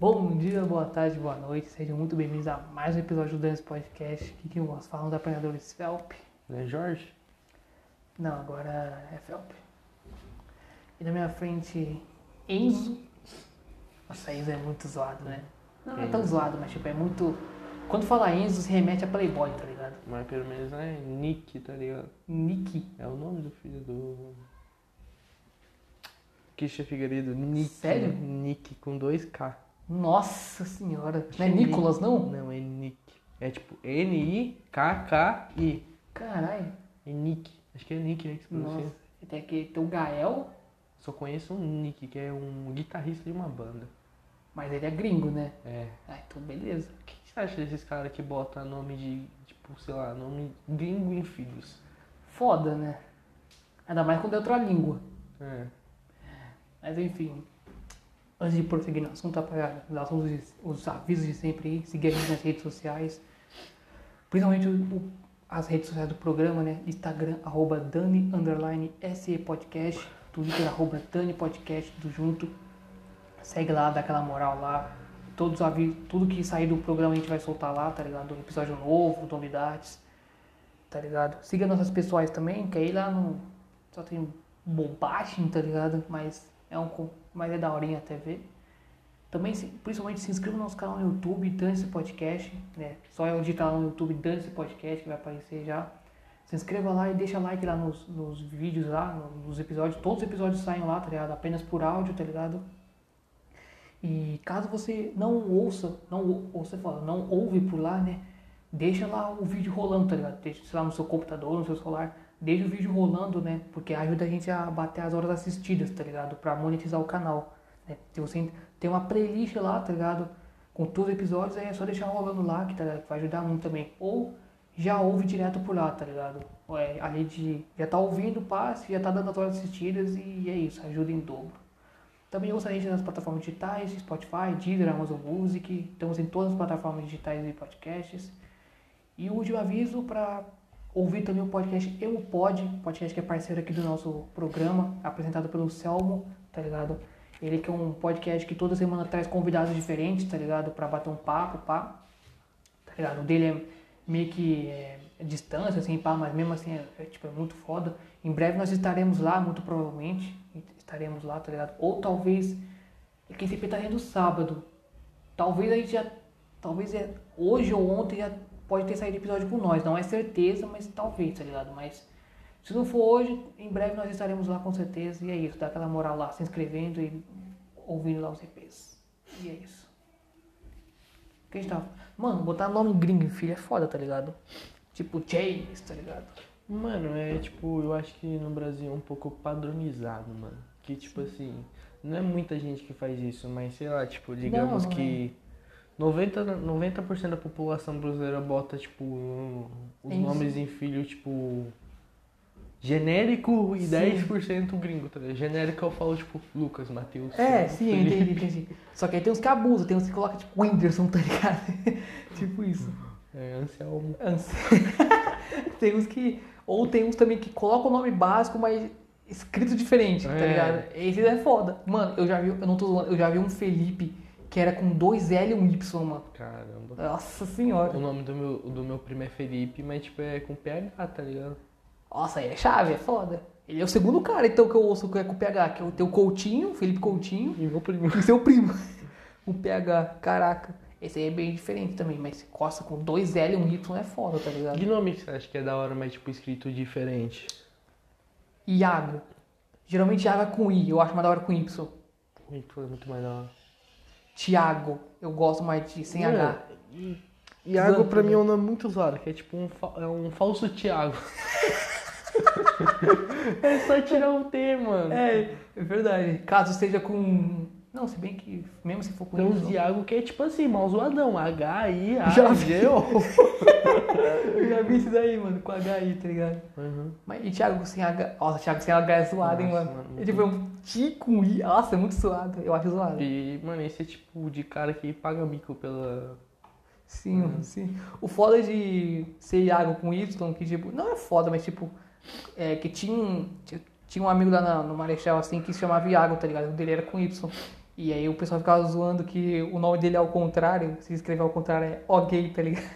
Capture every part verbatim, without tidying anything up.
Bom dia, boa tarde, boa noite, sejam muito bem-vindos a mais um episódio do Dance Podcast. Aqui que nós falamos da apanhadores Felp. Não é Jorge? Não, agora é Felp. E na minha frente, Enzo. Nossa, Enzo é muito zoado, né? Não, não é tão zoado, mas tipo, é muito... Quando fala Enzo, se remete a Playboy, tá ligado? Mas pelo menos não é Nick, tá ligado? Nick. É o nome do filho do... Kisha Figueiredo. Nick. Sério? Nick com dois K. Nossa senhora. Acho Não é que é Nicolas, Nick. não? Não, é Nick. É tipo N I K K I. Caralho. É Nick. Acho que é Nick, né? Que se pronuncia. Nossa. E tem aqui, tem o Gael, Só conheço um Nick, que é um guitarrista de uma banda. mas ele é gringo, né? É. Ah, então beleza. O que você acha desses caras que botam nome de, tipo, sei lá, nome gringo em filhos? Foda, né? Ainda mais quando é outra língua. É. Mas enfim, antes de prosseguir no assunto, rapaziada, dar os, os avisos de sempre aí, seguir a gente nas redes sociais, principalmente o, o, as redes sociais do programa, né? Instagram, arroba Dani, underline, SE Podcast, Twitter, arroba Dani Podcast, tudo junto. Segue lá, dá aquela moral lá. Todos os avisos, tudo que sair do programa a gente vai soltar lá, tá ligado? Episódio novo, novidades, tá ligado? Siga nossas pessoais também, que aí lá no... só tem bobagem, tá ligado? Mas... É um, mas é daorinha até ver. Também, se, principalmente, se inscreva no nosso canal no YouTube, Dance Podcast, né? Só eu digitar lá no YouTube, Dance Podcast, que vai aparecer já. Se inscreva lá e deixa like lá nos, nos vídeos lá, nos episódios. Todos os episódios saem lá, tá ligado? Apenas por áudio, tá ligado? E caso você não ouça, não, ou você fala, não ouve por lá, né? Deixa lá o vídeo rolando, tá ligado? Deixa, sei lá, no seu computador, no seu celular. Deixa o vídeo rolando, né? Porque ajuda a gente a bater as horas assistidas, tá ligado? Pra monetizar o canal, né? Se você tem uma playlist lá, tá ligado? Com todos os episódios, aí é só deixar rolando lá, que, tá ligado? Vai ajudar muito também. Ou já ouve direto por lá, tá ligado? É, além de já tá ouvindo, passe, já tá dando as horas assistidas e é isso, ajuda em dobro. Também ouça a gente nas plataformas digitais, Spotify, Deezer, Amazon Music. Estamos em todas as plataformas digitais e podcasts. E o último aviso para ouvir também o podcast Eu Pod, podcast que é parceiro aqui do nosso programa, apresentado pelo Selmo, tá ligado? Ele que é um podcast que toda semana traz convidados diferentes, tá ligado? Pra bater um papo, pá. Tá ligado? O dele é meio que é, é distância, assim, pá, mas mesmo assim é, é, tipo, é muito foda. Em breve nós estaremos lá, muito provavelmente. Estaremos lá, tá ligado? Ou talvez, quem sempre tá indo sábado. Talvez a gente já, talvez é hoje ou ontem já pode ter saído episódio com nós, não é certeza, mas talvez, tá ligado? Mas se não for hoje, em breve nós estaremos lá com certeza. E é isso, dá aquela moral lá, se inscrevendo e ouvindo lá os E Ps. E é isso. O que a gente tava... Mano, botar nome gringo em filho é foda, tá ligado? Tipo James, tá ligado? Mano, é tipo, eu acho que no Brasil é um pouco padronizado, mano. Que tipo assim, não é muita gente que faz isso, mas sei lá, tipo, digamos Não, não que noventa, noventa por cento da população brasileira bota, tipo, um- os É isso. nomes em filho, tipo, genérico e Sim. dez por cento gringo, tá ligado? Genérico eu falo, tipo, Lucas, Matheus. É, sim, eu Felipe. entendi, entendi. Só que aí tem uns que abusam, tem uns que colocam tipo Whindersson, tá ligado? Tipo isso. É, Anselmo. Ansi- Tem uns que... Ou tem uns também que colocam o nome básico, mas escrito diferente, tá É. ligado? Esse é foda. Mano, eu já vi, eu não tô zoando, eu já vi um Felipe que era com dois L e um Y, mano. Caramba. Nossa senhora. O nome do meu, do meu primo é Felipe, mas tipo, é com P H, tá ligado? Nossa, aí é chave, é foda. Ele é o segundo cara, então, que eu ouço que é com P H, que é o teu Coutinho, Felipe Coutinho, E meu primo. e seu primo. O P H, caraca. Esse aí é bem diferente também, mas se costa com dois L e um Y é foda, tá ligado? Que nome que você acha que é da hora, mas tipo, escrito diferente? Iago. Geralmente Iago é com I, eu acho mais da hora com Y. Muito, muito mais da hora. Tiago, eu gosto mais de sem H. E- Iago Zanto, pra mim né? é um nome muito zoado, que é tipo um, fa- é um falso Thiago. É só tirar o T, mano. É, é verdade. Caso seja com... Não, se bem que mesmo se for com Tem uns Y. Iago que é tipo assim, mal zoadão. H, I, A, Já vi. G, O. Eu já vi isso daí, mano, com H I, tá ligado? Uhum. Mas e Thiago sem H... Nossa, Thiago sem H é zoado, hein, Nossa, mano. mano, É tipo é um Ti com I. Nossa, é muito zoado. Eu acho zoado. E, mano, esse é tipo de cara que paga mico pela... Sim, Uhum. sim. O foda de ser Iago com Y, que tipo... Não é foda, mas tipo... É que tinha um... Tinha um amigo lá na- no Marechal, assim, que se chamava Iago, tá ligado? O dele era com Y. E aí o pessoal ficava zoando que o nome dele é ao contrário, se escrever ao contrário é ó gay, tá ligado?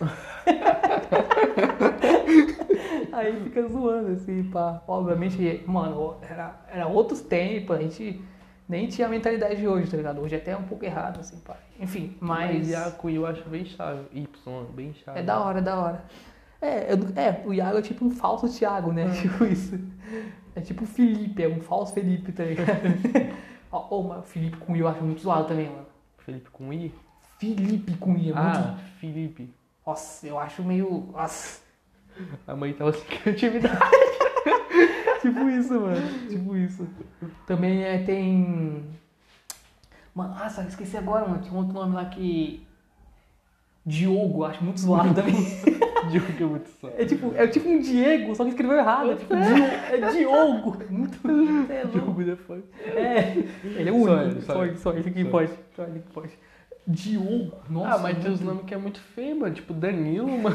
Aí fica zoando, assim, pá. Obviamente, mano, era, era outros tempos, a gente nem tinha a mentalidade de hoje, tá ligado? Hoje é até um pouco errado, assim, pá. Enfim, mas... Mas Iago eu acho bem chave. Y, bem chave. É da hora, é da hora. É, eu- é, o Iago é tipo um falso Thiago, né? Tipo isso. É tipo o Felipe, é um falso Felipe, tá ligado? Ó, oh, mas Felipe com I eu acho muito zoado também, mano. Felipe com I? Felipe com I é muito... Ah, Felipe. Nossa, eu acho meio... Nossa. A mãe tava sem criatividade. Tipo isso, mano. Tipo isso. Também é, tem... Mano, nossa, esqueci agora, mano. Tinha um outro nome lá que... Diogo, acho muito zoado também. Diogo que é muito só. É tipo, é tipo um Diego, só que escreveu errado. É tipo, Dio- é Diogo. Muito... É, louco. Diogo depois. É, ele é o Só único. ele, só Só, ele. só ele que Só pode. Só ele que pode. Diogo. Nossa. Ah, mas tem os muito- nomes que é muito feio, mano. Tipo Danilo, mano.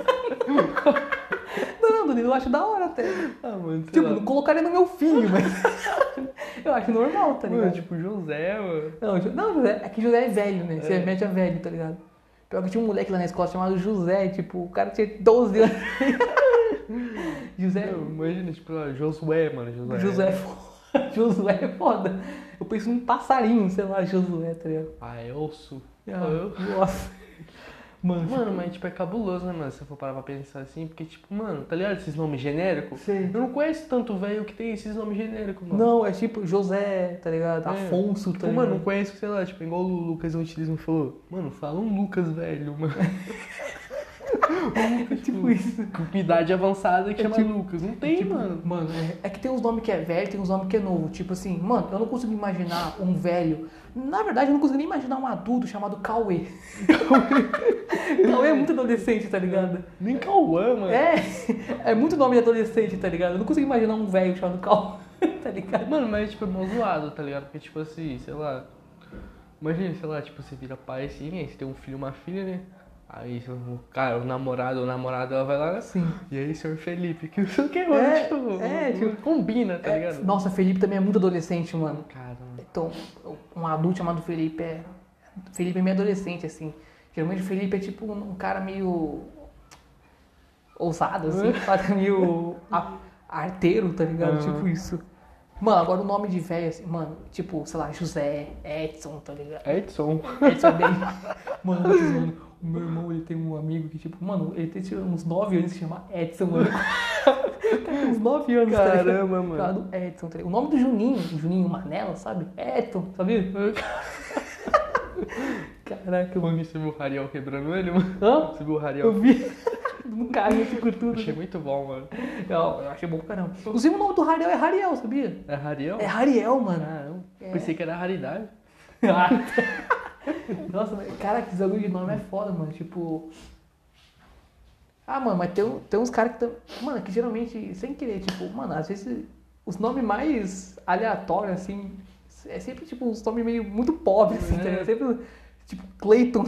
Não, Danilo, eu acho da hora até. Ah, mano, sei Tipo, lá. não colocaria no meu filho, mas... eu acho normal, tá ligado? Mano, tipo José, mano. Não, Jo- não, José, é que José é velho, né? Você É. mete a velho, tá ligado? Pior que tinha um moleque lá na escola chamado José, tipo, o cara tinha doze anos. José... Não, imagina, tipo, lá, Josué, mano. Josué. Josué é foda. Josué é foda. Eu penso num passarinho, sei lá, Josué, tá ligado? Ah, Elso. Ah, Eu- Nossa. Mano, Mano, mas tipo, é cabuloso, né, mano? Se eu for parar pra pensar assim, porque, tipo, mano, tá ligado? Esses nomes genéricos? sei. Eu não conheço tanto velho que tem esses nomes genéricos, mano. Não, é tipo José, tá ligado? É. Afonso, tá Tipo, ligado? mano, não conheço, sei lá, tipo, igual o Lucas Antilismo falou. Mano, fala um Lucas velho, mano. É tipo isso. Com idade avançada que É chama tipo- Lucas. Não tem, Tipo, mano. Mano, é, é que tem uns nomes que é velho, tem uns nomes que é novo. Tipo assim, mano, eu não consigo imaginar um velho. Na verdade, eu não consigo nem imaginar um adulto chamado Cauê. Cauê é muito adolescente, tá ligado? Nem Cauã, mano. É, é muito nome de adolescente, tá ligado? Eu não consigo imaginar um velho chamado Cauê, tá ligado? Mano, mas tipo, é mó zoado, tá ligado? Porque, tipo assim, sei lá. Imagina, sei lá, tipo, você vira pai assim, aí você tem um filho e uma filha, né? Aí, o cara, o namorado ou namorada, ela vai lá, Sim. e aí, senhor Felipe, que não sei o que, mano, É, tipo, é, não- tipo, não combina, tá É, ligado? nossa, Felipe também é muito adolescente, mano. Cara, mano. Então, um adulto chamado Felipe é. Felipe é meio adolescente, assim. Geralmente o Felipe é tipo um cara meio. ousado, assim. Cara meio. a- arteiro, tá ligado? Uhum. Tipo isso. Mano, agora o nome de velho, assim, mano, tipo, sei lá, José, Edson, tá ligado? Edson. Edson é bem. Mano, eu tô zoando. O meu irmão, ele tem um amigo que, tipo, mano, ele tem tipo, uns nove anos que se chama Edson, mano. Tem uns nove anos, tá ligado? Caramba, mano. Chamado Edson, tá ligado? O nome do Juninho, o Juninho Manela, sabe? É Edson, sabia? Caraca, mano. Mano, você viu o Rariel quebrando ele, mano? Hã? Você viu o Eu Rariel? vi no carrinho assim com tudo. Achei muito bom, mano. Eu, eu achei bom pra caramba. Inclusive o nome do Rariel é Rariel, sabia? É Rariel? É Rariel, mano. Caramba. É. Pensei que era raridade. Nossa, mas, cara, que bagulho de nome é foda, mano. Tipo. Ah, mano, mas tem, um- tem uns caras que tão. Mano, que geralmente, sem querer, tipo, mano, às vezes os nomes mais aleatórios, assim, é sempre tipo uns nomes meio muito pobres, assim, É. tá ligado? Sempre, tipo, Clayton.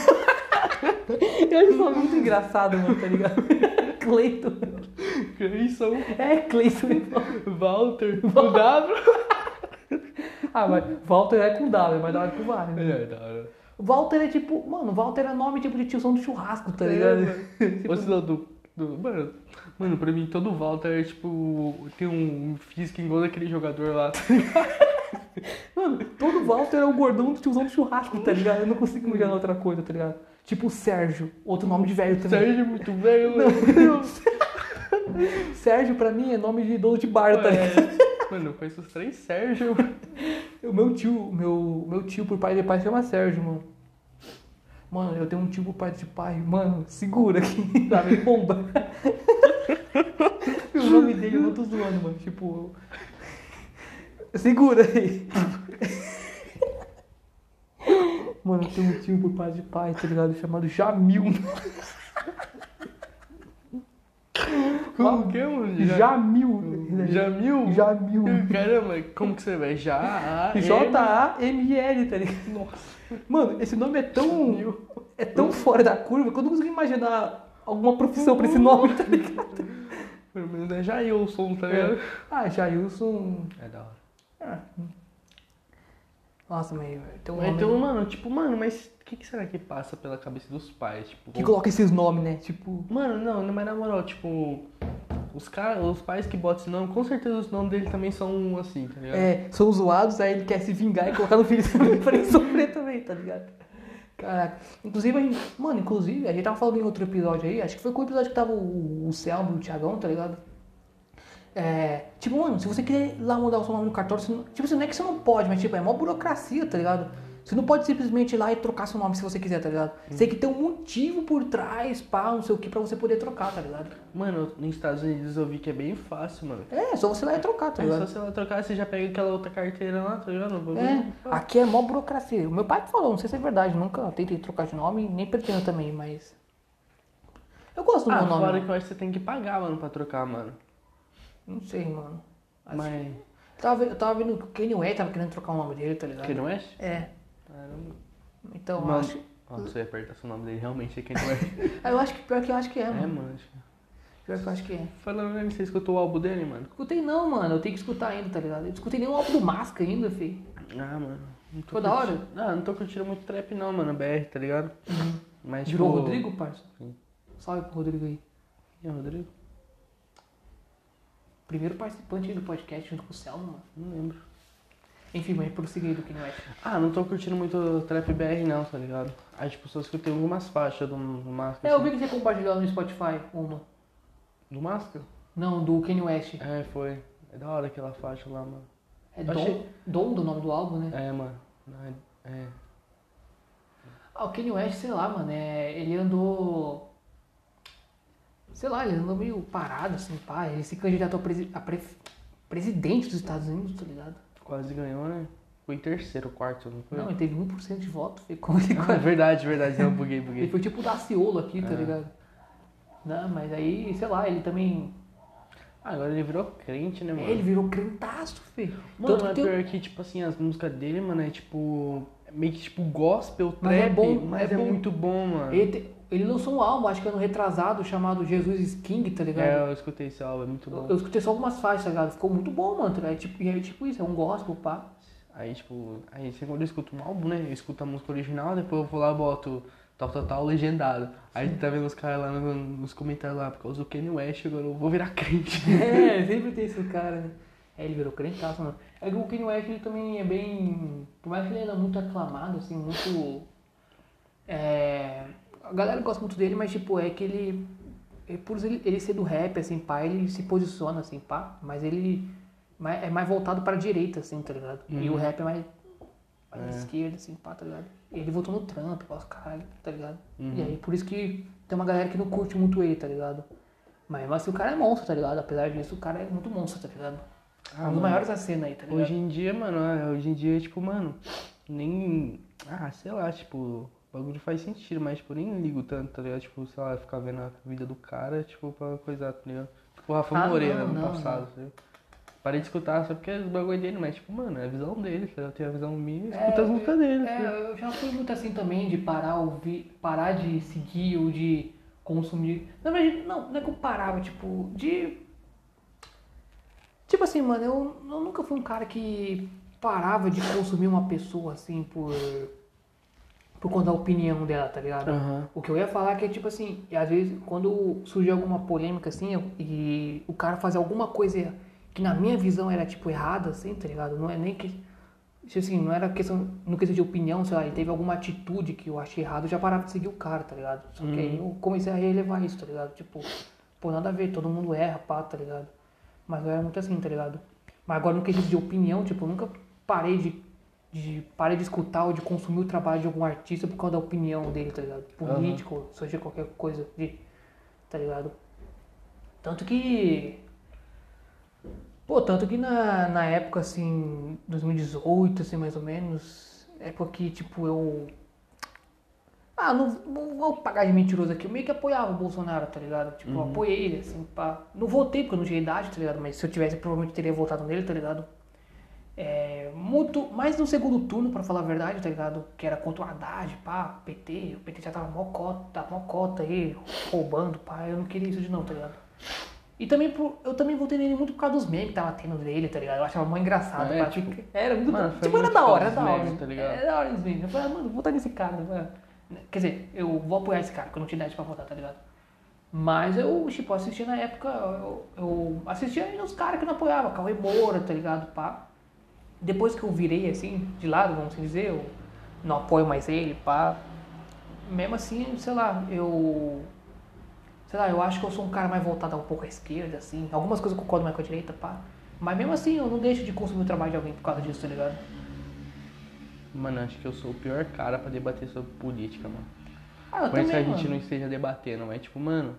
Eu acho esse nome muito engraçado, mano, tá ligado? Clayton. Cleison, É, Clayton. Walter, o W. Ah, mas Walter é com W, mas dá com vários. Né? É, da hora. Walter é tipo, mano, Walter é nome tipo de tiozão do churrasco, tá É, ligado? mano. Ou se não, do, do. Mano, mano, pra mim todo Walter é tipo. Tem um físico igual daquele jogador lá. Mano, todo Walter é o gordão do tiozão do churrasco, tá ligado? Eu não consigo imaginar outra coisa, tá ligado? Tipo o Sérgio, outro nome de velho também. Sérgio é muito velho, mano. Sérgio pra mim é nome de dono de bar, tá ligado? É. Mano, eu conheço os três Sérgio. O meu tio, meu, meu tio por pai de pai se chama Sérgio, mano. Mano, eu tenho um tio por pai de pai, mano, segura aqui, sabe? Bomba. O nome dele eu não tô zoando, mano. Tipo. Segura aí. Mano, eu tenho um tio por pai de pai, tá ligado? Chamado Jamil. Como que é, mano? Jamil. Jamil? Jamil. Caramba, como que você vai? Já, J A M L, tá ligado? Nossa. Mano, esse nome é tão. É tão fora da curva que eu não consigo imaginar alguma profissão pra esse nome, tá ligado? Pelo menos é Jailson, tá ligado? Ah, Jailson. É da hora. Ah. Nossa, mas tem um Mas nome então, mano, tipo, mano, mas o que, que será que passa pela cabeça dos pais? Tipo, que coloca esses nomes, né? Tipo... mano, não, mas na moral, tipo, os caras, os pais que botam esse nome, com certeza os nomes dele também são assim, tá ligado? É, são zoados, aí ele quer se vingar e colocar no filho também pra ele sofrer também, tá ligado? Caraca. Inclusive, a gente, mano, inclusive, a gente tava falando em outro episódio aí, acho que foi com o episódio que tava o, o Selmo e o Thiagão, tá ligado? É, tipo, mano, se você quiser ir lá mudar o seu nome no cartório, você não, tipo, assim, não é que você não pode, mas tipo, é mó burocracia, tá ligado? Você não pode simplesmente ir lá e trocar seu nome se você quiser, tá ligado? Você tem que ter um motivo por trás, pá, não sei o que, pra você poder trocar, tá ligado? Mano, nos Estados Unidos eu vi que é bem fácil, mano. É, só você ir lá e trocar, tá É ligado? só você lá trocar, você já pega aquela outra carteira lá, tá ligado? O bagulho, É, pá. aqui é mó burocracia. O meu pai falou, não sei se é verdade, nunca tentei trocar de nome, nem pretendo também, mas... Eu gosto do Ah, meu nome. fora mano. que eu acho que você tem que pagar, mano, pra trocar, mano. Não sei, mano. Acho- Mas. Eu tava, vendo- eu tava vendo que o Kanye West tava querendo trocar o nome dele, tá ligado? Que não é? É, Caramba. então eu Mano, acho... Nossa, eu ia apertar o nome dele, realmente é que não é. Ah, eu acho que pior que eu acho que é, É, mano. mano. acho que- Pior que eu acho que é. Falando nele, você escutou o álbum dele, mano? Escutei não, mano. Eu tenho que escutar ainda, tá ligado? Eu não escutei nem o álbum do Masca ainda, fi. Ah, mano. Não tô Ficou da hora? curtindo- Ah, não tô curtindo muito trap não, mano, B R, tá ligado? Mas, Virou o tipo... Rodrigo, parça? Sim. Salve pro Rodrigo aí. E aí, Rodrigo? Primeiro participante aí do podcast junto com o Selma, mano. Não lembro. Enfim, mas prossiga aí do Kanye West. Ah, não tô curtindo muito trap B R não, tá ligado? Aí, tipo, só escutei algumas faixas do, do Masca. É, eu assim. vi que você compartilhou no Spotify uma. Do Masca? Não, do Kanye West. É, foi. É da hora aquela faixa lá, mano. É Eu Dom, achei- Dom do nome do álbum, né? É, mano. Não, é- É. Ah, o Kanye West, sei lá, mano, é, ele andou... Sei lá, ele andou meio parado, assim, pá. Ele se candidatou a, presi- a pre- presidente dos Estados Unidos, tá ligado? Quase ganhou, né? Foi em terceiro, quarto, não foi? Não, ele teve um por cento de voto. Foi como ele, Ah, é verdade, verdade. Eu buguei, ele buguei. foi tipo o Daciolo aqui, tá É. ligado? Não, mas aí, sei lá, ele também... Ah, agora ele virou crente, né, mano? Ele virou crentaço, filho. Mano, Tanto é que tem- pior que, tipo assim, as músicas dele, mano, é tipo... Meio que tipo gospel, Mas é trap, bom, mas é é, bom. muito bom, mano. Ele, te- ele lançou um álbum, acho que ano retrasado, chamado Jesus is King, tá ligado? É, eu escutei esse álbum, é muito eu, bom. eu escutei só algumas faixas, tá ligado? Ficou muito bom, mano. tá ligado? É tipo, e é tipo isso, é um gospel, pá. Aí, tipo, aí você quando eu escuto um álbum, né? Eu escuto a música original, depois eu vou lá e boto tal, tal, tal, legendado. Aí tá vendo os caras lá no- nos comentários lá, por causa do Kanye West, agora eu vou virar crente. É, sempre tem esse cara, né? É, ele virou crentaço, mano. É que o Kanye West, ele também é bem... Por mais que ele ainda é muito aclamado, assim, muito... É... A galera gosta muito dele, mas, tipo, é que ele... é por ele, ele ser do rap, assim, pá, ele se posiciona, assim, pá. Mas ele mais- é mais voltado pra direita, assim, tá ligado? E o Uhum. rap é mais... mais É. esquerda, assim, pá, tá ligado? E ele votou no Trump, pá, os caralho, tá ligado? Uhum. E aí, por isso que tem uma galera que não curte muito ele, tá ligado? Mas, mas o cara é monstro, tá ligado? Apesar disso, o cara é muito monstro, tá ligado? Ah, um dos mano. maiores da cena aí, tá ligado? Hoje em dia, mano, é, hoje em dia, tipo, mano, nem. Ah, sei lá, tipo, o bagulho faz sentido, mas, tipo, nem ligo tanto, tá ligado? Tipo, sei lá, ficar vendo a vida do cara, tipo, pra coisar, tá ligado? Tipo, o Rafa Ah, Moreira não, no não, passado, tá ligado? Parei de escutar só porque é o bagulho dele, mas, tipo, mano, é a visão dele, tá ligado? Tem a visão minha e É, escuta as músicas dele, tá É, ligado? eu já fui muito assim também, de parar, ouvir, parar de seguir ou de consumir. Na verdade, não, não é que eu parava, tipo, de... Tipo assim, mano, eu, eu nunca fui um cara que parava de consumir uma pessoa, assim, por... Por conta da opinião dela, tá ligado? Aham. O que eu ia falar é que, tipo assim, e às vezes quando surge alguma polêmica, assim, eu- e o cara faz alguma coisa que na minha visão era, tipo, errada, assim, tá ligado? Não é nem que... Tipo assim, não era questão, no questão de opinião, sei lá, ele teve alguma atitude que eu achei errado, eu já parava de seguir o cara, tá ligado? Só que aí eu comecei a relevar isso, tá ligado? Tipo, pô, nada a ver, todo mundo erra, pá, tá ligado? Mas eu era muito assim, tá ligado? Mas agora no quesito de opinião, tipo, eu nunca parei de, de, parei de escutar ou de consumir o trabalho de algum artista por causa da opinião dele, tá ligado? Político, seja qualquer coisa, de, tá ligado? Tanto que... Pô, tanto que na, na época, assim, dois mil e dezoito, assim, mais ou menos, época que, tipo, eu... Ah, não, não vou pagar de mentiroso aqui, eu meio que apoiava o Bolsonaro, tá ligado? Tipo, eu apoiei ele, assim, pá. Não votei porque eu não tinha idade, tá ligado? Mas se eu tivesse, provavelmente teria votado nele, tá ligado? É, muito, mais no segundo turno, pra falar a verdade, tá ligado? Que era contra o Haddad, pá, P T, o P T já tava mó cota, tava mó cota aí, roubando, pá, eu não queria isso de não, tá ligado? E também por, eu também votei nele muito por causa dos memes que tava tendo dele, tá ligado? Eu achava mó engraçado. É, pá, tipo, porque era muito. mano, foi Tipo, era muito da por hora, causa era da dos hora. memes, tá ligado? Era da hora os memes. Eu falei, mano, vou votar nesse cara. Mano. Quer dizer, eu vou apoiar esse cara, porque eu não tinha idade pra votar, tá ligado? Mas eu, tipo, assisti na época, eu, eu assistia ainda os caras que não apoiavam, Cauê Moura, tá ligado? Pá. Depois que eu virei, assim, de lado, vamos assim dizer, eu não apoio mais ele, pá. Mesmo assim, sei lá, eu... Sei lá, eu acho que eu sou um cara mais voltado um pouco à esquerda, assim. Algumas coisas eu concordo mais com a direita, pá. Mas mesmo assim, eu não deixo de consumir o trabalho de alguém por causa disso, tá ligado? Mano, acho que eu sou o pior cara pra debater sobre política, mano. Ah, eu Por isso que a também, gente mano. não esteja debatendo, mas tipo, mano.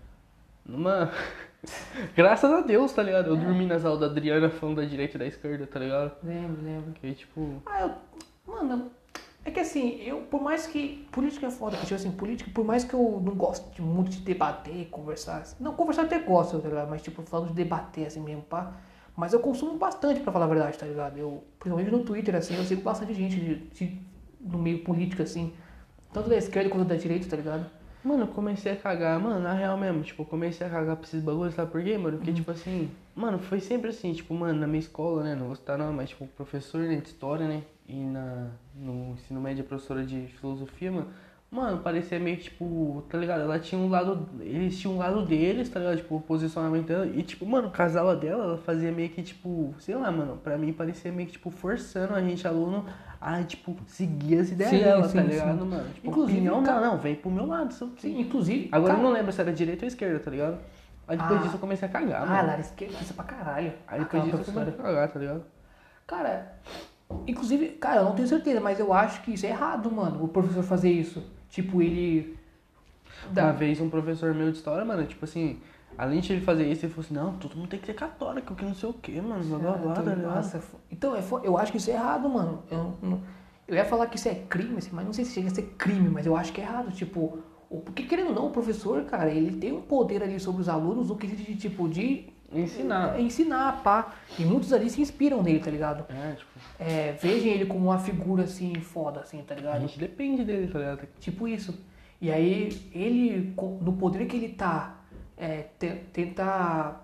Numa. Graças a Deus, tá ligado? Eu É. dormi nas aulas da Adriana falando da direita e da esquerda, tá ligado? Lembro, lembro. Que tipo. Ah, eu... Mano, é que assim, eu, por mais que... Política é foda, tipo assim, política, por mais que eu não goste de muito de debater, conversar... Assim, não, conversar eu até gosto, tá ligado? Mas, tipo, falando de debater, assim mesmo, pá... Mas eu consumo bastante, pra falar a verdade, tá ligado? Eu, principalmente no Twitter, assim, eu sigo bastante gente de, de, no meio político, assim... Tanto da esquerda quanto da direita, tá ligado? Mano, eu comecei a cagar, mano, na real mesmo, tipo, eu comecei a cagar pra esses bagulhos, sabe por quê, mano? Porque, tipo assim, mano, foi sempre assim, tipo, mano, na minha escola, né, não vou citar não, mas, tipo, professor, né, de história, né, e na, no ensino médio, a professora de filosofia, mano, mano, parecia meio que, tipo, tá ligado? Ela tinha um lado, eles tinham um lado deles, tá ligado? Tipo, o posicionamento dela, e, tipo, mano, casava dela, ela fazia meio que, tipo, sei lá, mano, pra mim parecia meio que, tipo, forçando a gente, aluno, a, tipo, seguir as ideias Sim, dela, sim, tá ligado, sim. mano? Tipo, Inclusive, opinião, ca- não, não, vem pro meu lado, sei o quê. Sim, inclusive... Agora eu cara, não lembro se era direita ou esquerda, tá ligado? Aí depois ah, disso eu comecei a cagar, ah, mano. ela era esquerdista pra caralho. Aí Aquela depois disso eu professora. comecei a cagar, tá ligado? Cara, inclusive, cara, eu não tenho certeza, mas eu acho que isso é errado, mano, o professor fazer isso. Tipo, ele. Uma Da... vez um professor meu de história, mano, tipo assim, além de ele fazer isso, ele falou assim, não, todo mundo tem que ser católico, que não sei o que, mano, blá blá blá, tá ligado? Nossa, é fo- então, é fo- eu acho que isso é errado, mano. Eu, não- eu ia falar que isso é crime, assim, mas não sei se chega a ser crime, mas eu acho que é errado. Tipo, o- porque querendo ou não, o professor, cara, ele tem um poder ali sobre os alunos, o que de tipo de Ensinar. é, ensinar, pá. E muitos ali se inspiram nele, tá ligado? É, tipo, É, vejam ele como uma figura assim, foda, assim, tá a ligado? gente depende dele, tá ligado? Tipo isso. E aí, ele, com- no poder que ele tá, é, te- tentar.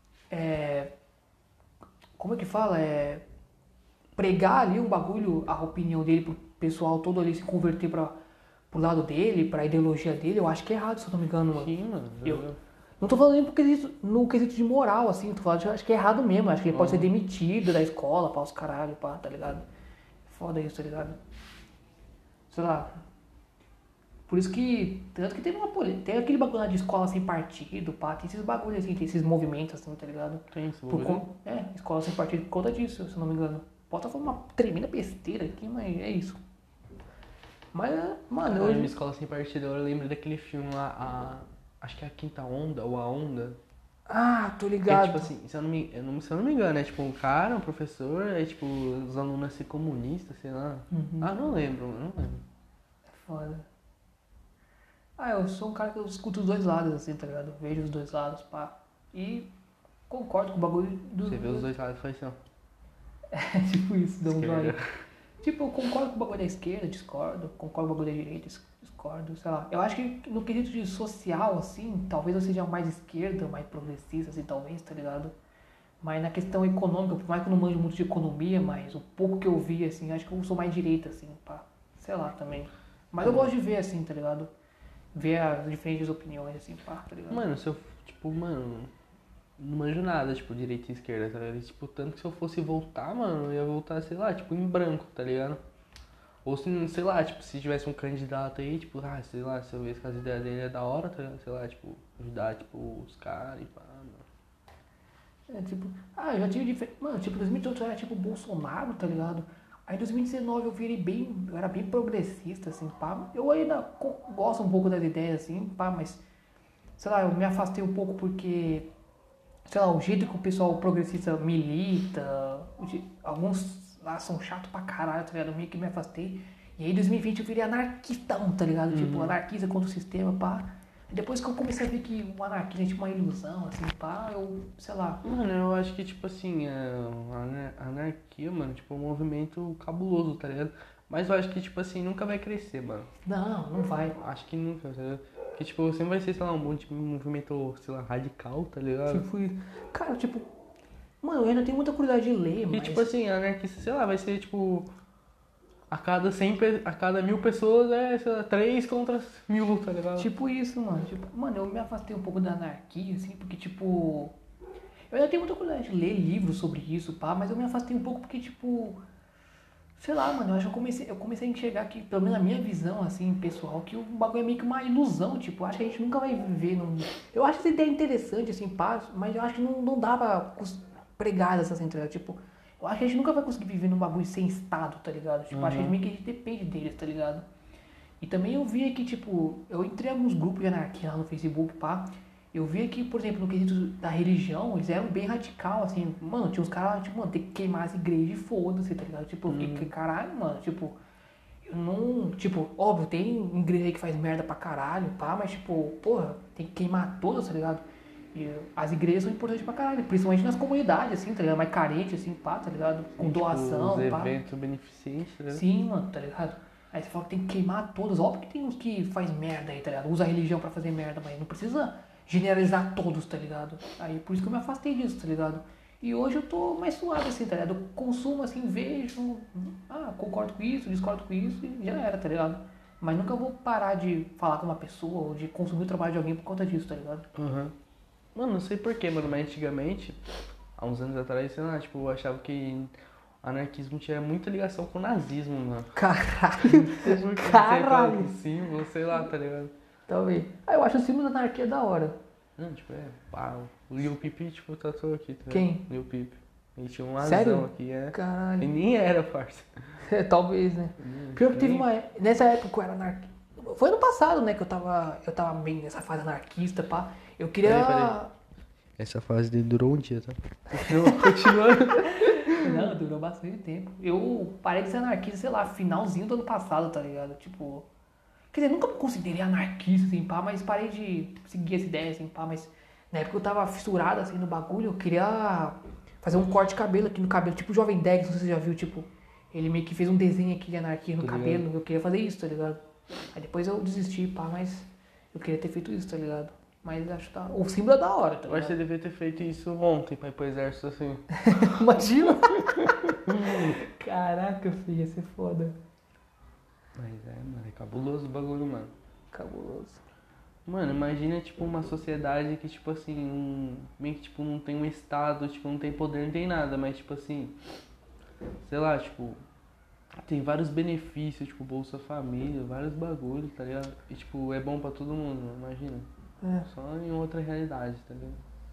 É, como é que fala? É, pregar ali um bagulho, a opinião dele pro pessoal todo ali se converter pra, pro lado dele, pra ideologia dele, eu acho que é errado, se eu não me engano, mano. Sim, mano. Eu- Não tô falando nem no quesito, no quesito de moral, assim, tô falando, de- acho que é errado mesmo, acho que ele pode ser Uhum. demitido da escola, pá, os caralho, pá, tá ligado? Foda isso, tá ligado? Sei lá. Por isso que, tanto que teve uma polêmica, tem aquele bagulho lá de escola sem partido, pá, tem esses bagulhos assim, tem esses movimentos assim, tá ligado? Tem isso, Por bagulho. con- É, escola sem partido por conta disso, se eu não me engano. Posso estar falando uma tremenda besteira aqui, mas é isso. Mas, mano, Caralho, minha hoje... escola sem partido, eu lembro daquele filme lá, a... acho que é a Quinta Onda, ou a Onda. Ah, tô Que é ligado. tipo assim, se eu não me, eu não, se eu não me engano, é tipo um cara, um professor, é tipo os alunos ser comunistas, sei lá. Uhum. Ah, não lembro, não lembro. Foda. Ah, eu sou um cara que eu escuto os dois lados, assim, tá ligado? Vejo os dois lados, pá. E concordo com o bagulho do... Você vê os dois lados e faz assim, ó. É tipo isso, dá um Esquerda. joinha. Tipo, eu concordo com o bagulho da esquerda, discordo. Concordo com o bagulho da direita, dis- discordo, sei lá. Eu acho que no quesito de social, assim, talvez eu seja mais esquerda, mais progressista, assim, talvez, tá ligado? Mas na questão econômica, por mais que eu não manjo muito de economia, mas o pouco que eu vi, assim, acho que eu sou mais direita, assim, pá. Sei lá, também. Mas eu gosto de ver, assim, tá ligado? Ver as diferentes opiniões, assim, pá, tá ligado? Mano, se eu, tipo, mano, não manjo nada, tipo, direita e esquerda, tá ligado? E, tipo, tanto que se eu fosse voltar, mano, eu ia voltar, sei lá, tipo, em branco, tá ligado? Ou se, sei lá, tipo, se tivesse um candidato aí, tipo, ah, sei lá, se eu visse que as ideias dele é da hora, tá ligado? Sei lá, tipo, ajudar, tipo, os caras e pá, mano. É tipo, ah, eu já tive diferente. Mano, tipo, dois mil e dezoito eu era tipo Bolsonaro, tá ligado? Aí em dois mil e dezenove eu virei bem. Eu era bem progressista, assim, pá. Eu ainda co- gosto um pouco das ideias, assim, pá, mas. Sei lá, eu me afastei um pouco porque. Sei lá, o jeito que o pessoal progressista milita. o je- Alguns lá são chatos pra caralho, tá ligado? Eu meio que me afastei. E aí em dois mil e vinte eu virei anarquistão, tá ligado? Tipo, anarquista contra o sistema, pá. E depois que eu comecei a ver que o anarquismo é tipo uma ilusão, assim, pá, eu, sei lá. Mano, eu acho que, tipo assim, é, a anar- a anarquia, mano, tipo, é um movimento cabuloso, tá ligado? Mas eu acho que, tipo assim, nunca vai crescer, mano. Não, não vai. Acho que nunca, tá ligado? Que, tipo, sempre vai ser, sei lá, um monte de movimento, sei lá, radical, tá ligado? Tipo, cara, tipo, mano, eu ainda tenho muita curiosidade de ler, E, mas... tipo assim, anarquista, sei lá, vai ser, tipo, a cada cem, pe- a cada mil pessoas é, sei lá, três contra mil, tá ligado? Tipo isso, mano. Tipo, mano, eu me afastei um pouco da anarquia, assim, porque, tipo... Eu ainda tenho muita curiosidade de ler livros sobre isso, pá, mas eu me afastei um pouco porque, tipo... Sei lá, mano, eu acho que eu comecei, eu comecei a enxergar que, pelo menos na minha visão, assim, pessoal, que o bagulho é meio que uma ilusão, tipo, acho que a gente nunca vai viver num... Eu acho essa ideia interessante, assim, pá, mas eu acho que não, não dá pra cons- pregar essa central, tipo... Eu acho que a gente nunca vai conseguir viver num bagulho sem Estado, tá ligado? Tipo, acho que a gente Uhum. meio que a gente depende deles, tá ligado? E também eu via que, tipo, eu entrei em alguns grupos de anarquia lá no Facebook, pá. Eu via que, por exemplo, no quesito da religião, eles eram bem radical, assim. Mano, tinha uns caras, tipo, mano, tem que queimar as igrejas e foda-se, tá ligado? Tipo, eu fiquei, Uhum. caralho, mano, tipo, eu não. Tipo, óbvio, tem igreja aí que faz merda pra caralho, pá, mas, tipo, porra, tem que queimar todas, tá ligado? E as igrejas são importantes pra caralho, principalmente nas comunidades, assim, tá ligado? Mais carente, assim, pá, tá ligado? Com Sim, tipo, os doação, pá. eventos beneficentes, né? Sim, mano, tá ligado? Aí você fala que tem que queimar todos. Óbvio que tem uns que faz merda aí, tá ligado? Usa a religião pra fazer merda, mas não precisa generalizar todos, tá ligado? Aí por isso que eu me afastei disso, tá ligado? E hoje eu tô mais suave, assim, tá ligado? Eu consumo, assim, vejo, ah, concordo com isso, discordo com isso e já era, tá ligado? Mas nunca vou parar de falar com uma pessoa ou de consumir o trabalho de alguém por conta disso, tá ligado? Uhum. Mano, não sei porquê, mano, mas antigamente, há uns anos atrás, sei lá, tipo, eu achava que anarquismo tinha muita ligação com o nazismo, mano. Caralho! Não sei por quê, sei Caralho! lá, símbolo, sei lá, tá ligado? Talvez. Ah, eu acho o símbolo da anarquia da hora. Não, tipo, é, pá, o Lil Peep, tipo, tatuou aqui, tá ligado? Quem? Lil Peep. Ele tinha um Sério? asão aqui, é. Caralho. E nem era, parça. É, talvez, né? Hum, Pior que teve nem- uma. é- Nessa época eu era anarquista. Foi ano passado, né? Que eu tava. Eu tava bem nessa fase anarquista, pá. Eu queria. Peraí, peraí. Essa fase dele durou um dia, tá? Continua, continuando. Não, durou bastante tempo. Eu parei de ser anarquista, sei lá, finalzinho do ano passado, tá ligado? Tipo. Quer dizer, nunca me considerei anarquista, assim, pá, mas parei de seguir essa ideia, assim, pá, mas na época eu tava fissurado, assim, no bagulho, eu queria fazer um corte de cabelo aqui no cabelo, tipo o Jovem Dex, não sei se você já viu, tipo, ele meio que fez um desenho aqui de anarquia no Tô cabelo, ligado. eu queria fazer isso, tá ligado? Aí depois eu desisti, pá, mas eu queria ter feito isso, tá ligado? Mas acho que tá... O símbolo é da hora, tá Eu acho que você ligado? devia ter feito isso ontem pra ir pro exército assim. Imagina! Caraca, filho, ia ser foda. Mas é, mano, é cabuloso o bagulho, mano. Cabuloso. Mano, imagina, tipo, uma sociedade que, tipo assim, um, meio que, tipo, não tem um estado, tipo, não tem poder, não tem nada, mas, tipo assim, sei lá, tipo, tem vários benefícios, tipo, Bolsa Família, vários bagulhos, tá ligado? E, tipo, é bom pra todo mundo, mano, imagina. É. Só em outra realidade, tá ligado?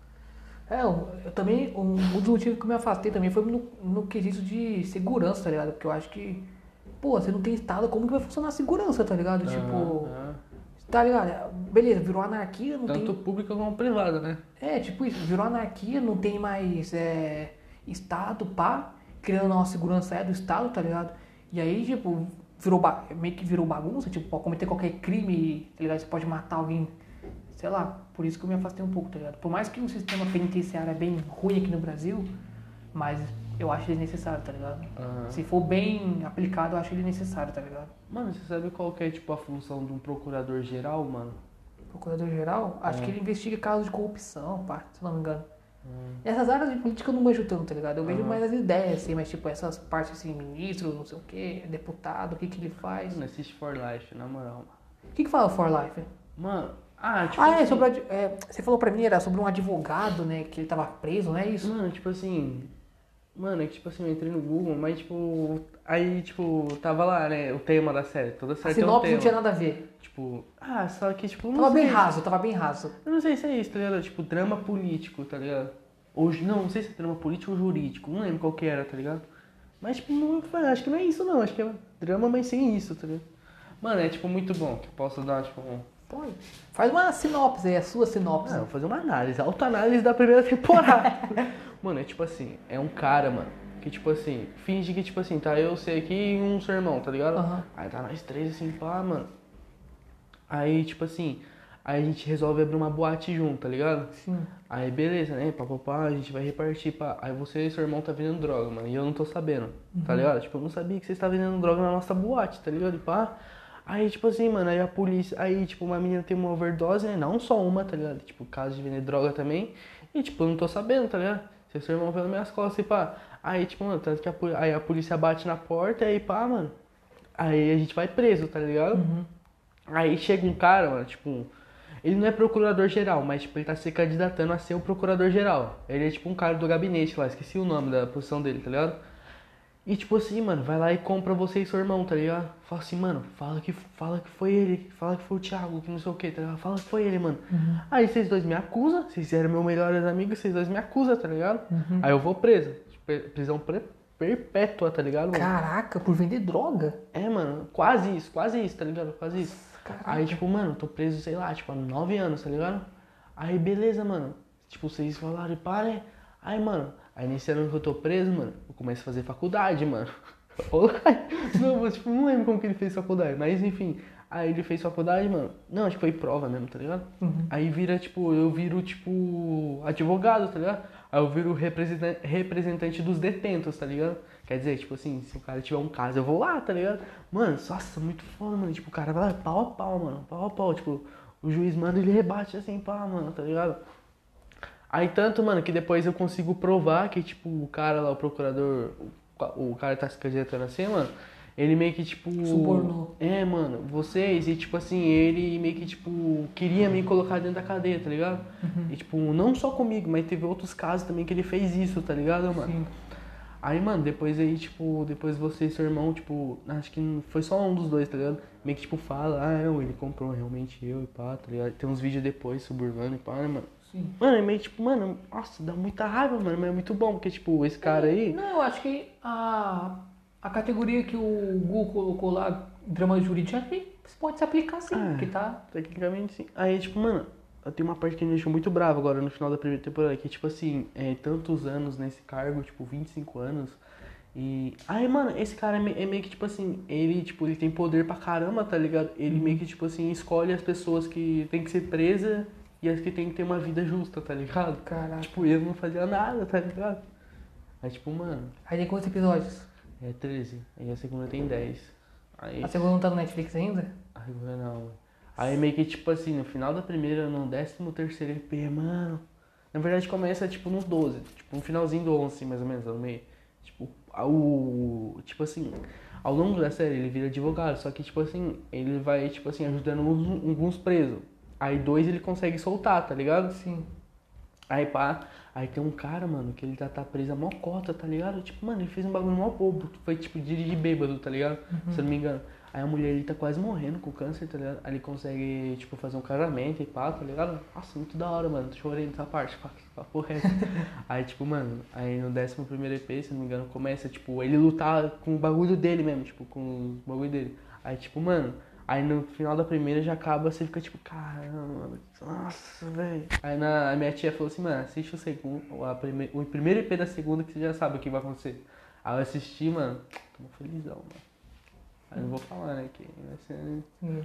É, eu, eu também, um, um dos motivos que eu me afastei também foi no, no quesito de segurança, tá ligado? Porque eu acho que, pô, você não tem estado, como que vai funcionar a segurança, tá ligado? Tipo, Aham. tá ligado? Beleza, virou anarquia, não Tanto tem... pública como privada, né? É, tipo isso, virou anarquia, não tem mais é, estado, pá, criando uma segurança é do estado, tá ligado? E aí, tipo, virou ba- meio que virou bagunça, tipo, pode cometer qualquer crime, tá ligado? Você pode matar alguém, sei lá, por isso que eu me afastei um pouco, tá ligado? Por mais que o sistema penitenciário é bem ruim aqui no Brasil, mas eu acho ele necessário, tá ligado? Aham. Se for bem aplicado, eu acho ele necessário, tá ligado? Mano, você sabe qual que é, tipo, a função de um procurador geral, mano? Procurador-geral, acho É. que ele investiga casos de corrupção, pá, se não me engano. Hum. Essas áreas de política eu não manjo tanto, tá ligado? Eu vejo Aham. mais as ideias, assim, mas tipo, essas partes assim, ministro, não sei o que, deputado, o que que ele faz. Mano, assiste For Life, na moral, mano. O que que fala For Life? Mano, ah, tipo Ah, é, assim, sobre, o ad- é, você falou pra mim, era sobre um advogado, né, que ele tava preso, não é isso? Mano, tipo assim. Mano, é que tipo assim, eu entrei no Google, mas tipo. Aí, tipo, tava lá, né? O tema da série. Toda A série tem um sinopse não tema. tinha nada a ver. Tipo, ah, só que, tipo, não Tava bem sei. raso, tava bem raso. Eu não sei se é isso, tá ligado? Tipo, drama político, tá ligado? Ou, ju- não, não sei se é drama político ou jurídico. Não lembro qual que era, tá ligado? Mas, tipo, não, acho que não é isso, não. Acho que é drama, mas sem isso, tá ligado? Mano, é, tipo, muito bom. Que eu posso dar, tipo, um. Pode. Faz uma sinopse aí, a sua sinopse. Ah, eu vou fazer uma análise, autoanálise da primeira temporada. Mano, é tipo assim, é um cara, mano, que tipo assim, finge que tipo assim, tá eu, sei aqui e um seu irmão, tá ligado? Aham. Aí tá nós três assim, pá, mano. Aí, tipo assim, aí a gente resolve abrir uma boate junto, tá ligado? Sim. Aí beleza, né? Pá, pá, pá, a gente vai repartir, pá. Aí você e seu irmão tá vendendo droga, mano, e eu não tô sabendo, tá ligado? Tipo, eu não sabia que vocês estavam vendendo droga na nossa boate, tá ligado? E pá. Aí, tipo assim, mano, aí a polícia, aí, tipo, uma menina tem uma overdose, né? Não só uma, tá ligado? Tipo, caso de vender droga também. E, tipo, eu não tô sabendo, tá ligado? Se seu irmão pelas minhas costas e pá. Aí, tipo, mano, tanto que a, poli- aí a polícia bate na porta e aí, pá, mano. Aí a gente vai preso, tá ligado? Uhum. Aí chega um cara, mano, tipo, ele não é procurador geral, mas, tipo, ele tá se candidatando a ser o procurador geral. Ele é, tipo, um cara do gabinete lá, esqueci o nome da posição dele, tá ligado? E tipo assim, mano, vai lá e compra você e seu irmão, tá ligado? Fala assim, mano, fala que, fala que foi ele, fala que foi o Thiago, que não sei o que, tá ligado? Fala que foi ele, mano. Uhum. Aí vocês dois me acusam, vocês eram meus melhores amigos, vocês dois me acusam, tá ligado? Uhum. Aí eu vou preso, tipo, prisão pre- perpétua, tá ligado, mano? Caraca, por vender droga? É, mano, quase isso, quase isso, tá ligado? Quase isso. Caraca. Aí, tipo, mano, tô preso, sei lá, tipo, há nove anos, tá ligado? Aí, beleza, mano. Tipo, vocês falaram, pá, né? Aí, mano, aí nesse ano que eu tô preso, mano, eu começo a fazer faculdade, mano. Olá. Não, mas, tipo, não lembro como que ele fez faculdade, mas enfim. Aí ele fez faculdade, mano. Não, acho que foi prova mesmo, tá ligado? Uhum. Aí vira, tipo, eu viro, tipo, advogado, tá ligado? Aí eu viro representante, representante dos detentos, tá ligado? Quer dizer, tipo assim, se o cara tiver um caso, eu vou lá, tá ligado? Mano, nossa, muito foda, mano. Tipo, o cara vai lá, pau a pau, mano. Pau a pau. Tipo, o juiz manda, ele rebate assim, pá, mano, tá ligado? Aí tanto, mano, que depois eu consigo provar que, tipo, o cara lá, o procurador, o, o cara tá se candidatando assim, mano, ele meio que, tipo... Subornou. É, mano, vocês, e tipo assim, ele meio que, tipo, queria me colocar dentro da cadeia, tá ligado? Uhum. E, tipo, não só comigo, mas teve outros casos também que ele fez isso, tá ligado, mano? Sim. Aí, mano, depois aí, tipo, depois você e seu irmão, tipo, acho que foi só um dos dois, tá ligado? Meio que, tipo, fala, ah, não, ele comprou realmente eu e pá, tá ligado? Tem uns vídeos depois suburbando e pá, né, mano? Sim. Mano, é meio tipo, mano, nossa, dá muita raiva, mano, mas é muito bom, porque, tipo, esse cara aí... Não, eu acho que a, a categoria que o Gu colocou lá, drama jurídico, acho que pode se aplicar sim, Ah, porque tá... Tecnicamente, sim. Aí, tipo, mano, eu tenho uma parte que me deixou muito bravo agora no final da primeira temporada, que, tipo assim, é tantos anos nesse cargo, tipo, vinte e cinco anos, e... Aí, mano, esse cara é, me- é meio que, tipo assim, ele, tipo, ele tem poder pra caramba, tá ligado? Ele meio que, tipo assim, escolhe as pessoas que tem que ser presa e as que tem que ter uma vida justa, tá ligado? Caraca. Tipo, ele não fazia nada, tá ligado? Aí, tipo, mano, Aí tem quantos episódios? é treze, aí a segunda tem dez. Aí... A segunda não tá no Netflix ainda? Ai, não, mano. Aí meio que, tipo assim, no final da primeira, no décimo terceiro E P, mano... Na verdade começa, tipo, no doze, tipo, no finalzinho do onze, mais ou menos, no meio. Tipo, o... Tipo assim, ao longo da série ele vira advogado, só que, tipo assim, ele vai, tipo assim, ajudando uns- alguns presos. Aí dois ele consegue soltar, tá ligado? Sim. Aí pá, aí tem um cara, mano, que ele já tá preso a mocota, tá ligado? Tipo, mano, ele fez um bagulho mó bobo, que foi tipo dirigir bêbado, tá ligado? Se eu não me engano. Aí a mulher ele tá quase morrendo com câncer, tá ligado? Aí ele consegue, tipo, fazer um casamento e pá, tá ligado? Nossa, muito da hora, mano. Chorei nessa parte, pá, papo reto. Aí, tipo, mano, aí no décimo primeiro E P, se eu não me engano, começa, tipo, ele lutar com o bagulho dele mesmo, tipo, com o bagulho dele. Aí, tipo, mano, aí no final da primeira já acaba, você fica tipo, caramba, mano, nossa, velho. Aí na, a minha tia falou assim, mano, assiste o segundo, a prime, o primeiro E P da segunda que você já sabe o que vai acontecer. Aí eu assisti, mano, tô felizão, mano. Aí não vou falar, né, que vai ser... Sim.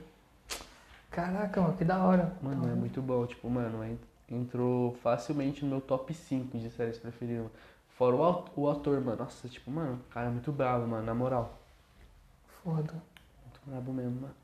Caraca, mano, que da hora. Mano, é muito bom, tipo, mano, en- entrou facilmente no meu top cinco de séries preferidas. Fora o, au- o ator, mano, nossa, tipo, mano, o cara é muito bravo, mano, na moral. Foda. Muito brabo mesmo, mano.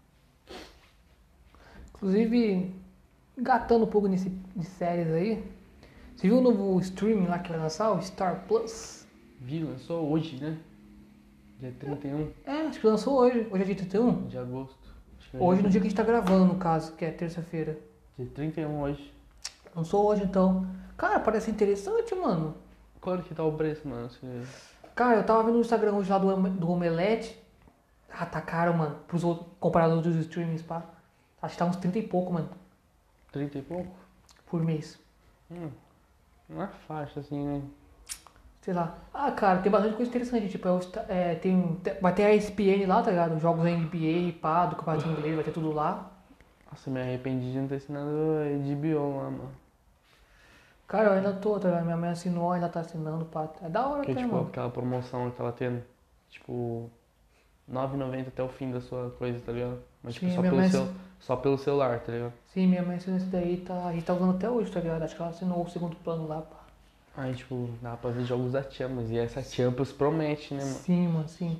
Inclusive, engatando um pouco nesse, de séries aí, você viu o novo streaming lá que vai lançar, o Star Plus? Vi, lançou hoje, né? Dia trinta e um É, acho que lançou hoje. Hoje é dia trinta e um? de agosto. Acho que é Hoje no dia que a gente tá gravando, no caso, que é terça-feira. Dia trinta e um hoje. Lançou hoje então. Cara, parece interessante, mano. Quanto que tá o preço, mano? Você... Cara, eu tava vendo no Instagram hoje lá do, Ome- do Omelete. Ah, tá caro, mano. Pros outros, comparado aos outros streamings, pá. Acho que tá uns trinta e pouco, mano. trinta e pouco? Por mês. Hum, uma faixa assim, né? Sei lá. Ah, cara, tem bastante coisa interessante. Tipo, é, o Sta- é, tem, te- vai ter a E S P N lá, tá ligado? Jogos da N B A, pá, do campeonato inglês, vai ter tudo lá. Nossa, me arrependi de não ter assinado a H B O lá, mano. Cara, eu ainda tô, tá ligado? Minha mãe assinou, ainda tá assinando, pá. É da hora Porque, até, tipo, mano. aquela promoção que tava tendo, tipo, nove e noventa até o fim da sua coisa, tá ligado? Mas, tipo, Sim, só minha pelo, mãe- seu, só pelo celular, tá ligado? Sim, minha mãe assinou esse daí, tá, a gente tá usando até hoje, tá ligado? Acho que ela assinou o segundo plano lá, pá. Aí, tipo, dá pra ver jogos da Champions. E essa Champions promete, né, mano? Sim, mano, sim.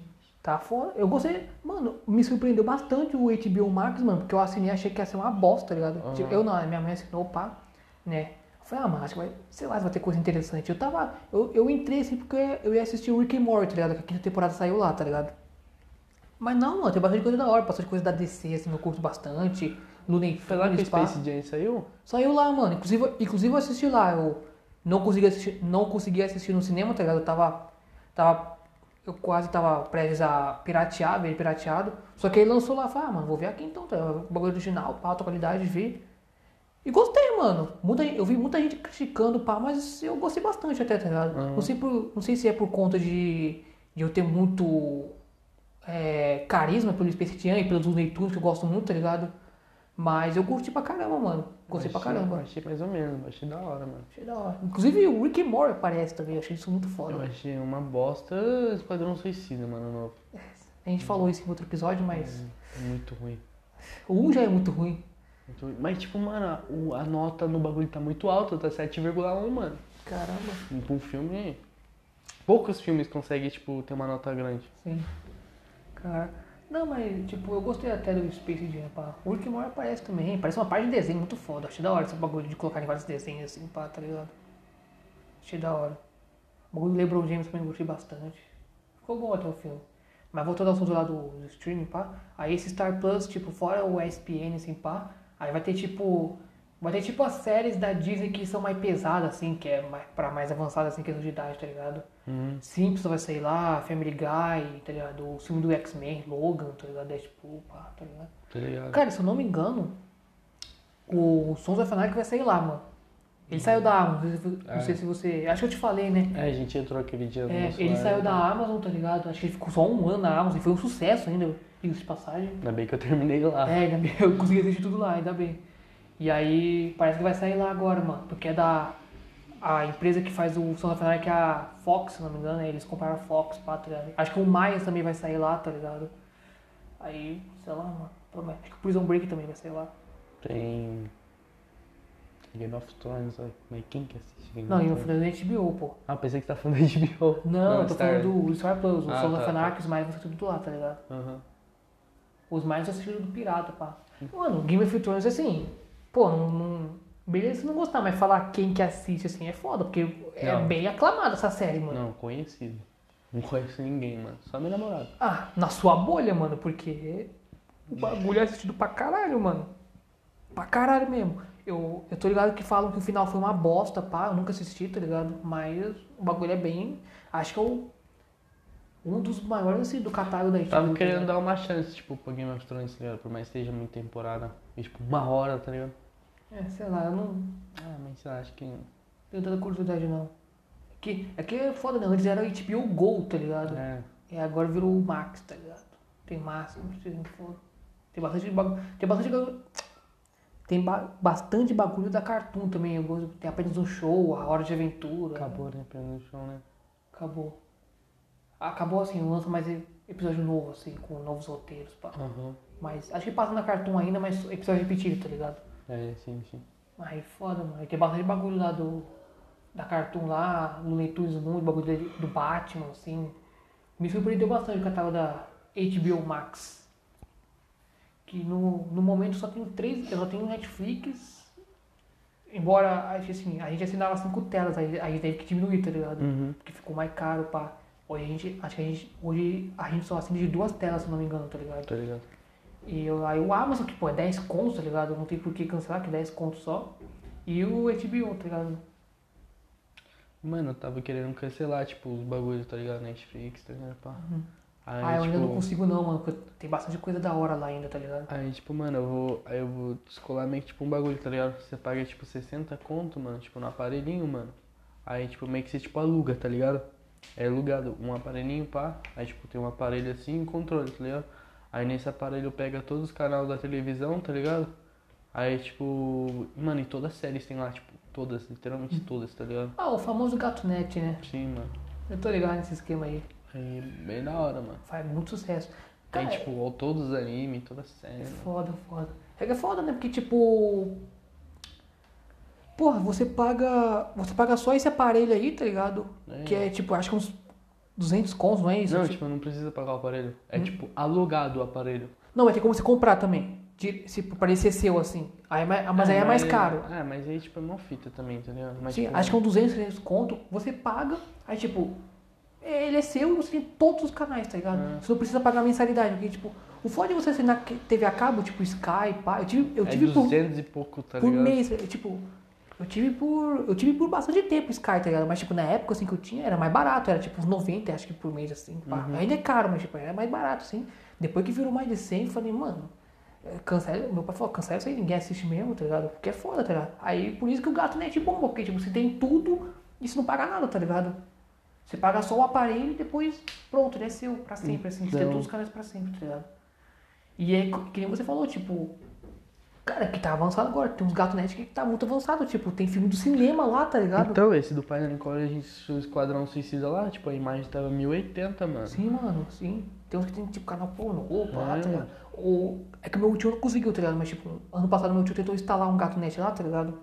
Tá fora. Eu gostei. Mano, me surpreendeu bastante o H B O Max, mano, porque eu assinei e achei que ia ser uma bosta, tá ligado? Uhum. Tipo, eu não, minha mãe assinou, pá, né? Eu falei, ah, mano, acho que vai, sei lá, se vai ter coisa interessante. Eu tava. Eu, eu entrei assim porque eu ia assistir o Rick and Morty, tá ligado? Que a quinta temporada saiu lá, tá ligado? Mas não, mano, tem bastante coisa da hora, bastante coisa da D C, assim, eu curto bastante. Looney Foi lá que o Tunes, pá. Space Jam saiu? Saiu lá, mano. Inclusive, inclusive eu assisti lá. Eu não consegui assistir, não consegui assistir no cinema, tá ligado? Eu tava. Tava. Eu quase tava prestes a piratear, ver ele pirateado. Só que ele lançou lá, falei, ah, mano, vou ver aqui então, tá? O bagulho original, pá, alta qualidade, vi. E gostei, mano. Muita, eu vi muita gente criticando, pá, mas eu gostei bastante até, tá ligado? Uhum. Não, sei por, não sei se é por conta de, de eu ter muito é, carisma pelo Space Jam e pelos Looney Tunes, que eu gosto muito, tá ligado? Mas eu curti pra caramba, mano. Gostei pra Achei- caramba. Achei mais ou menos, achei da hora, mano. Achei da hora. Inclusive o Rick and Morty aparece também, eu achei isso muito foda. Eu achei uma bosta Esquadrão Suicida, mano, novo. A gente falou isso em outro episódio, mas É muito ruim. o um já é muito ruim. Muito ruim. Mas, tipo, mano, o- a nota no bagulho tá muito alta, tá sete vírgula um, mano. Caramba. Pra um filme... Poucos filmes conseguem, tipo, ter uma nota grande. Sim. Cara. Não, mas tipo, eu gostei até do Space Jam, pá. O Rick and Morty aparece também. Parece uma parte de desenho muito foda. Achei da hora esse bagulho de colocar em vários desenhos assim, pá, tá ligado? Achei da hora. O bagulho do LeBron James também gostei bastante. Ficou bom até o filme. Mas voltando ao assunto lá do, do streaming, pá. Aí esse Star Plus, tipo, fora o E S P N, assim, pá. Aí vai ter tipo. Vai ter tipo as séries da Disney que são mais pesadas, assim, que é mais, pra mais avançadas, assim, questão de idade, tá ligado? Uhum. Simpsons vai sair lá, Family Guy, tá ligado? O filme do X-Men, Logan, tá ligado? Deadpool, pá, tá ligado? Tá ligado? Cara, se eu não me engano, o Sons of Anarchy vai sair lá, mano. Ele saiu da Amazon, não sei, se- não sei se você... Acho que eu te falei, né? É, a gente entrou aquele dia no É, nosso ele live, saiu da né? Amazon, tá ligado? Acho que ele ficou só um ano na Amazon e foi um sucesso ainda, diga-se de passagem. Ainda bem que eu terminei lá. É, ainda bem, eu consegui assistir tudo lá, ainda bem. E aí, parece que vai sair lá agora, mano. Porque é da... A empresa que faz o Sons of Anarchy, que é a Fox, se não me engano, né? Eles compraram a Fox, pá, tá ligado? Acho que o Maia também vai sair lá, tá ligado? Aí, sei lá, mano. Promete. Acho que o Prison Break também vai sair lá. Tem... Game of Thrones, ó. Mas quem que assiste Game Não, of e no Thrones? final da H B O, pô. Ah, pensei que você tá falando da H B O. Não, eu tô Star. falando do Star Plus. O Ah, Sons tá, of tá. Anarchy, os mais vai ser tudo lá, tá ligado? Aham. Os mais assistiram do Pirata, pá. Mano, Game of Thrones, assim, pô, não, não... Beleza se não gostar, mas falar quem que assiste, assim, é foda, porque é Não. bem aclamada essa série, mano. Não, conhecido. Não conheço ninguém, mano. Só meu namorado. Ah, na sua bolha, mano, porque o bagulho é assistido pra caralho, mano. Pra caralho mesmo. Eu, eu tô ligado que falam que o final foi uma bosta, pá, eu nunca assisti, tá ligado? Mas o bagulho é bem... Acho que é o, um dos maiores, assim, do catálogo da H B O. Tava tá querendo ligado? dar uma chance, tipo, pro Game of Thrones, tá ligado? Por mais que esteja muita temporada. E, tipo, uma hora, tá ligado? É, sei lá, eu não Ah, mas sei lá, acho que... tenho tanta curiosidade, não. É que, é que é foda, né? Antes era o H B O Go, tá ligado? É. E agora virou o Max, tá ligado? Tem Max, não sei se for. Tem bastante bagulho. Tem bastante bagulho. Tem ba- bastante bagulho da Cartoon também. Eu gosto- Tem apenas um show, a Hora de Aventura. Acabou, né? Pelo show, né? Acabou. Acabou assim, não lança mais e- episódio novo, assim, com novos roteiros, pá. Aham. Mas acho que passa na Cartoon ainda, mas episódio repetido, tá ligado? É, sim, sim. Aí foda, mano. Aí tem bastante bagulho lá do. Da Cartoon lá, Looney Tunes muito, bagulho de- do Batman, assim. Me surpreendeu bastante o catálogo da H B O Max. Que no, no momento só tenho três. Eu só tenho Netflix. Embora, acho que assim, a gente assinava cinco telas, aí a gente teve que diminuir, tá ligado? Uhum. Porque ficou mais caro, pá. Hoje a gente. Acho que a gente. Hoje a gente só assina de duas telas, se não me engano, tá ligado? Tá ligado? E eu, aí o Amazon, que pô, é dez contos, tá ligado? Não tem por que cancelar, que é dez contos só. E o H B O, tá ligado? Mano, eu tava querendo cancelar, tipo, os bagulhos, tá ligado? Netflix, tá ligado? Pá. Aí, ah, eu tipo, ainda não consigo não, mano, porque tem bastante coisa da hora lá ainda, tá ligado? Aí, tipo, mano, eu vou. Aí eu vou descolar meio que tipo um bagulho, tá ligado? Você paga tipo sessenta conto, mano, tipo, no aparelhinho, mano. Aí, tipo, meio que você tipo aluga, tá ligado? É alugado um aparelhinho, pá. Aí, tipo, tem um aparelho assim e um controle, tá ligado? Aí nesse aparelho pega todos os canais da televisão, tá ligado? Aí, tipo, mano, e todas as séries tem lá, tipo, todas, literalmente todas, tá ligado? Ah, o famoso GatoNet, né? Sim, mano. Eu tô ligado nesse esquema aí. Aí, bem da hora, mano. Faz muito sucesso. Tem, Cara, tipo, ó, todos os animes, todas as é séries. mano. foda, foda. É que é foda, né? Porque, tipo... Porra, você paga... Você paga só esse aparelho aí, tá ligado? É. Que é, tipo, acho que uns... duzentos contos, não é isso? Não, Tipo- tipo, não precisa pagar o aparelho. É Hum? tipo alugado o aparelho. Não, mas tem como você comprar também. De- se parecer seu, assim. Aí é mais- mas aí é mais caro. É, mas aí tipo é uma fita também, tá ligado? Mas, Sim, tipo, acho que é um duzentos, trezentos conto, você paga, aí tipo, ele é seu e você tem todos os canais, tá ligado? É. Você não precisa pagar mensalidade, porque tipo, o foda de você ser na T V a cabo, tipo Sky, pá, eu tive, eu é tive por, duzentos e pouco, tá por ligado? mês, eu, tipo, eu tive por, eu tive por bastante tempo Sky, tá ligado? Mas tipo, na época assim que eu tinha, era mais barato, era tipo uns noventa, acho que por mês, assim, pá. Uhum. Ainda é caro, mas tipo, era mais barato, assim. Depois que virou mais de cem, eu falei, mano, é, cancela, meu pai falou, cancela isso aí, ninguém assiste mesmo, tá ligado? Porque é foda, tá ligado? Aí por isso que o Gato Net bomba, porque tipo, você tem tudo e você não paga nada, tá ligado? Você paga só o aparelho e depois, pronto, ele é seu pra sempre, assim, você tem Então- todos os canais pra sempre, tá ligado? E é que nem você falou, tipo, cara, que tá avançado agora, tem uns Gato Net que tá muito avançado, tipo, tem filme do cinema lá, tá ligado? Então, esse do pai da Nicole, a gente assistiu o Esquadrão Suicida lá, tipo, a imagem tava mil e oitenta, mano. Sim, mano, sim. Tem uns que tem tipo canal pornô, pá, É, tá ligado? Ou, é que meu tio não conseguiu, tá ligado? Mas tipo, ano passado meu tio tentou instalar um Gato Net lá, tá ligado?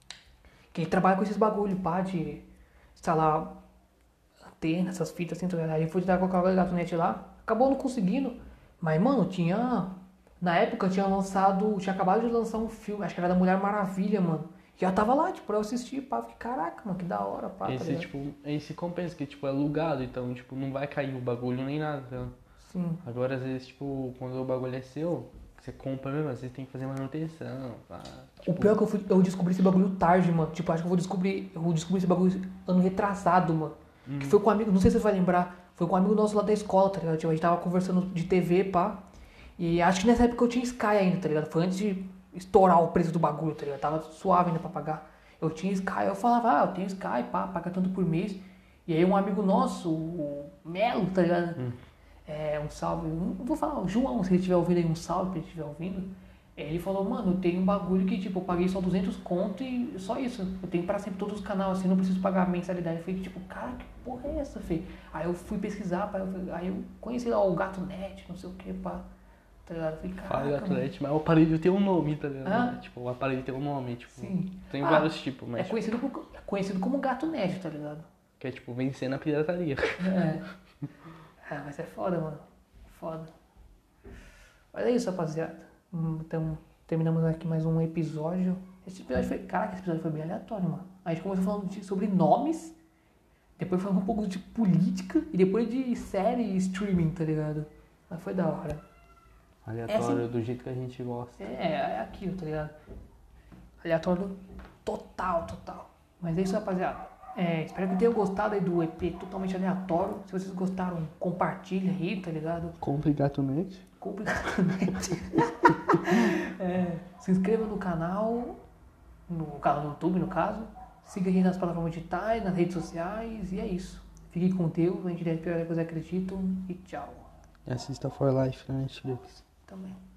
Que ele trabalha com esses bagulho, pá, de instalar antena, essas fitas assim, tá ligado? Aí foi tentar colocar o Gato Net lá, acabou não conseguindo. Mas, mano, tinha. Na época tinha lançado. Tinha acabado de lançar um filme, acho que era da Mulher Maravilha, mano. Já tava lá, tipo, pra eu assistir, pá. Fiquei, caraca, mano, que da hora, pá, tá Esse, ligado? tipo, esse compensa, que, tipo, é alugado, então, tipo, não vai cair o bagulho nem nada, tá ligado? Sim. Agora, às vezes, tipo, quando o bagulho é seu, você compra mesmo, às vezes tem que fazer manutenção, pá. O Tipo, pior é que eu, fui, eu descobri esse bagulho tarde, mano. Tipo, acho que eu vou descobrir. Eu vou descobrir esse bagulho ano retrasado, mano. Que foi com um amigo, não sei se você vai lembrar. Foi com um amigo nosso lá da escola, tá ligado? Tipo, a gente tava conversando de T V, pá. E acho que nessa época eu tinha Sky ainda, tá ligado? Foi antes de estourar o preço do bagulho, tá ligado? Tava suave ainda pra pagar. Eu tinha Sky, eu falava, ah, eu tenho Sky, pá, paga tanto por mês. E aí um amigo nosso, o Melo, tá ligado? Hum. É, um salve, não vou falar, o João, se ele estiver ouvindo aí, um salve, se ele estiver ouvindo. Ele falou, mano, eu tenho um bagulho que, tipo, eu paguei só duzentos conto e só isso. Eu tenho pra sempre todos os canais, assim, não preciso pagar mensalidade. Eu falei, tipo, cara, que porra é essa, filho? Aí eu fui pesquisar, pá, eu falei- aí eu conheci lá o Gato Net, não sei o que, pá. Tá ligado? Eu falei, fala caraca, mano. Gatonete, mas o aparelho tem um nome, tá ligado? Ah. Tipo, o aparelho tem um nome, tipo, Sim. tem Ah, vários tipos, É mas, tipo, conhecido, como, é conhecido como Gato Net, tá ligado? que é, tipo, vencer na pirataria. É. Ah, mas é foda, mano. Foda. Mas é isso, rapaziada. Hum, Então, terminamos aqui mais um episódio. Esse episódio foi. Caraca, esse episódio foi bem aleatório, mano. A gente começou falando de- sobre nomes, depois falando um pouco de política e depois de série e streaming, tá ligado? Mas foi da hora. Aleatório do jeito que a gente gosta. É, é aquilo, tá ligado? Aleatório total, total. Mas é isso, rapaziada. É, espero que tenham gostado aí do E P totalmente aleatório. Se vocês gostaram, compartilha aí, tá ligado? Compre Gatonete. Completamente. É, se inscreva no canal, no canal do YouTube, no caso. Siga a gente nas plataformas digitais, nas redes sociais. E é isso. Fiquem com Deus, a gente deve pior que vocês acreditam. E tchau. E assista For Life na Netflix. Também.